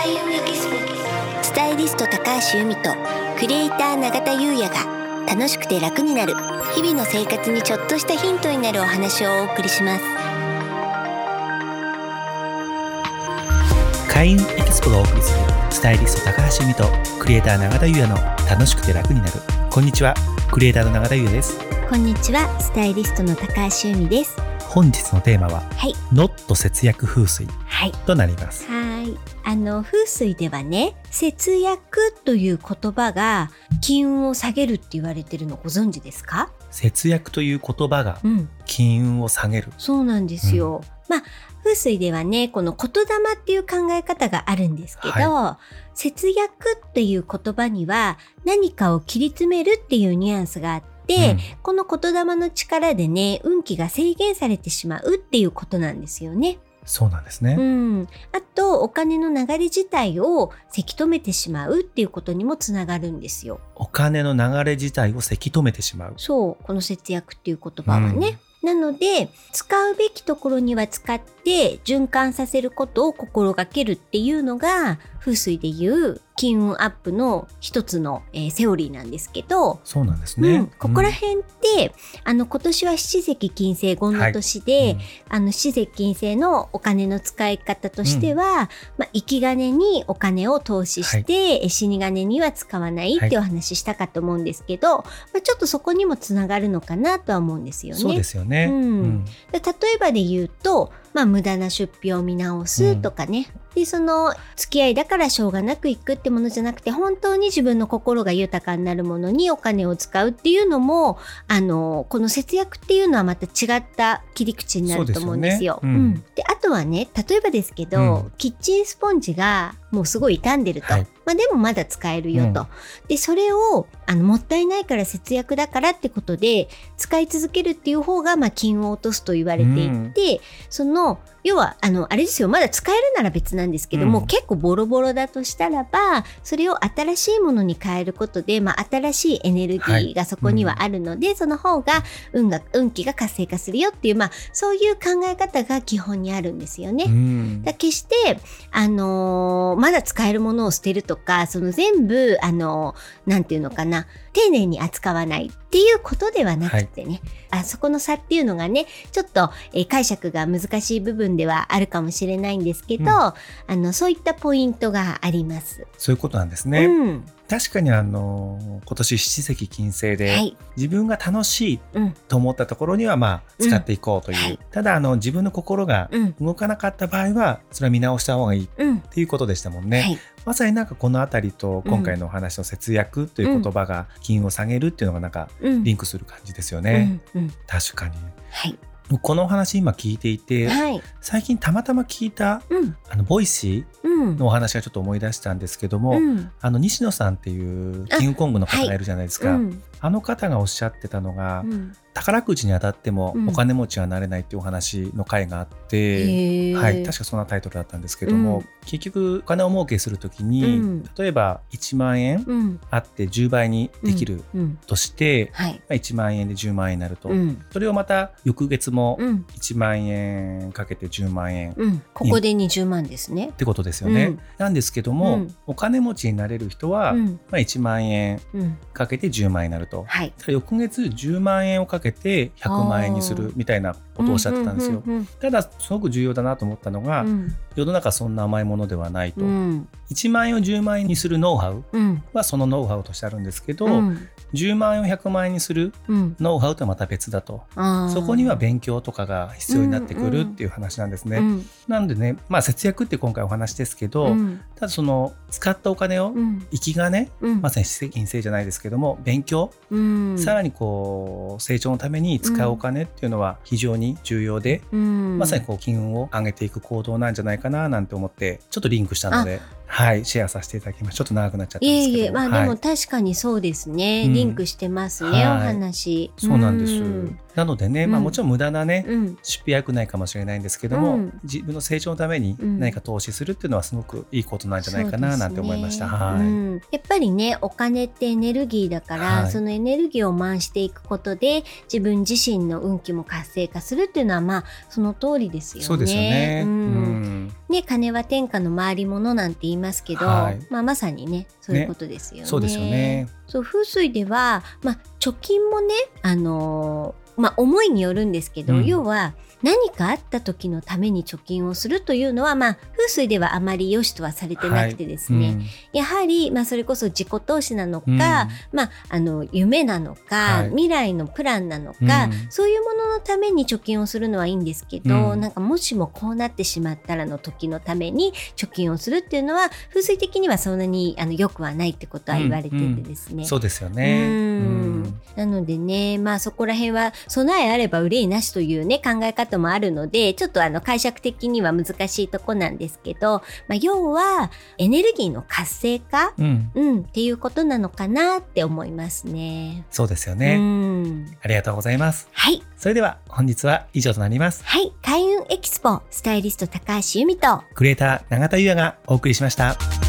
開運エキスポ、スタイリスト高橋由美とクリエイター永田優也が楽しくて楽になる日々の生活にちょっとしたヒントになるお話をお送りします。 開運エキスポがお送りするスタイリスト高橋由美とクリエイター永田優也の楽しくて楽になる。こんにちは、クリエイターの永田優也です。 こんにちは、スタイリストの高橋由美です。 本日のテーマは、ノット節約風水となります。 風水ではね、節約という言葉が金運を下げるって言われてるのご存知ですか？ 節約という言葉が金運を下げる、 そうなんですよ。風水ではね、この言霊っていう考え方があるんですけど、節約っていう言葉には何かを切り詰めるっていうニュアンスがあって、この言霊の力でね、運気が制限されてしまうっていうことなんですよね。 そうなんですね。 あと、お金の流れ自体をせき止めてしまうっていうことにもつながるんですよ。 お金の流れ自体をせき止めてしまう。 そう、この節約っていう言葉はね。なので、使うべきところには使って循環させることを心がけるっていうのが、風水でいう金運アップの一つの、セオリーなんですけど。 そうなんですね。 ここら辺って、今年は七石金星権の年で、七石金星のお金の使い方としては、生き金にお金を投資して、死に金には使わないってお話ししたかと思うんですけど、ちょっとそこにもつながるのかなとは思うんですよね。 そうですよね。 例えばで言うと、無駄な出費を見直すとかね。で、その付き合いだからしょうがなくいくってものじゃなくて、本当に自分の心が豊かになるものにお金を使うっていうのも、この節約っていうのはまた違った切り口になると思うんですよ。で、あとはね、例えばですけど、キッチンスポンジがもうすごい傷んでると。でもまだ使えるよと。で、それをもったいないから節約だからってことで使い続けるっていう方が金を落とすと言われていて、その要はあれですよ、まだ使えるなら別なんですけども、結構ボロボロだとしたらば、それを新しいものに変えることで、新しいエネルギーがそこにはあるので、その方が運気が活性化するよっていう、そういう考え方が基本にあるんですよね。だ決してまだ使えるものを捨てるとか、その全部なんていうのかな、丁寧に扱わないっていうことではなくてね、そこの差っていうのがね、ちょっと、解釈が難しい部分ではあるかもしれないんですけど、そういったポイントがあります。 そういうことなんですね。確かに今年七石金星で、自分が楽しいと思ったところには使っていこうという、ただ自分の心が動かなかった場合はそれは見直した方がいいっていうことでしたもんね。まさにこのあたりと今回のお話の節約という言葉が金を下げるっていうのがリンクする感じですよね。確かに。このお話今聞いていて、最近たまたま聞いた、ボイシーのお話がちょっと思い出したんですけども、西野さんっていうキングコングの方がいるじゃないですか。あの方がおっしゃってたのが、宝くじに当たってもお金持ちはなれないっていうお話の回があって、確かそんなタイトルだったんですけども、結局お金を儲けするときに、例えば1万円あって10倍にできるとして、1万円で10万円になると、それをまた翌月も1万円かけて10万円、 ここで20万ですねってことですよね。なんですけども、お金持ちになれる人は、1万円かけて10万円になると、翌月10万円をかけて100万円にするみたいなことをおっしゃってたんですよ。ただすごく重要だなと思ったのが、世の中そんな甘いものではないと、1万円を10万円にするノウハウはそのノウハウとしてあるんですけど、10万円を100万円にするノウハウとはまた別だと、そこには勉強とかが必要になってくるっていう話なんですね。なのでね、節約って今回お話ですけど、ただその使ったお金を生き金、まさに七石金星じゃないですけども、勉強、さらに成長のために使うお金っていうのは非常に重要で、まさに金運を上げていく行動なんじゃないかななんて思って、ちょっとリンクしたのでシェアさせていただきました。ちょっと長くなっちゃったんですけど、 でも確かにそうですね、リンクしてますね、お話。 そうなんです。なのでね、もちろん無駄なね、出費は良くないかもしれないんですけども、自分の成長のために何か投資するっていうのはすごくいいことなんじゃないかななんて思いました。 やっぱりね、お金ってエネルギーだから、そのエネルギーを回していくことで自分自身の運気も活性化するっていうのはその通りですよね。 そうですよね。 ね、金は天下の回り物なんて言いますけど、まさにねそういうことですよね。 そうですよね。 そう、風水では、貯金もね、思いによるんですけど、要は何かあった時のために貯金をするというのは、風水ではあまり良しとはされてなくてですね、やはり、それこそ自己投資なのか、夢なのか、未来のプランなのか、そういうもののために貯金をするのはいいんですけど、なんかもしもこうなってしまったらの時のために貯金をするっていうのは風水的にはそんなに良くはないってことは言われててですね、 そうですよね。 なのでね、そこら辺は備えあれば憂いなしというね考え方もあるので、ちょっと解釈的には難しいとこなんですけど、要はエネルギーの活性化、っていうことなのかなって思いますね。 そうですよね。ありがとうございます。 はい。 それでは本日は以上となります。 はい。開運エキスポスタイリスト高橋由美とクリエイター永田優也がお送りしました。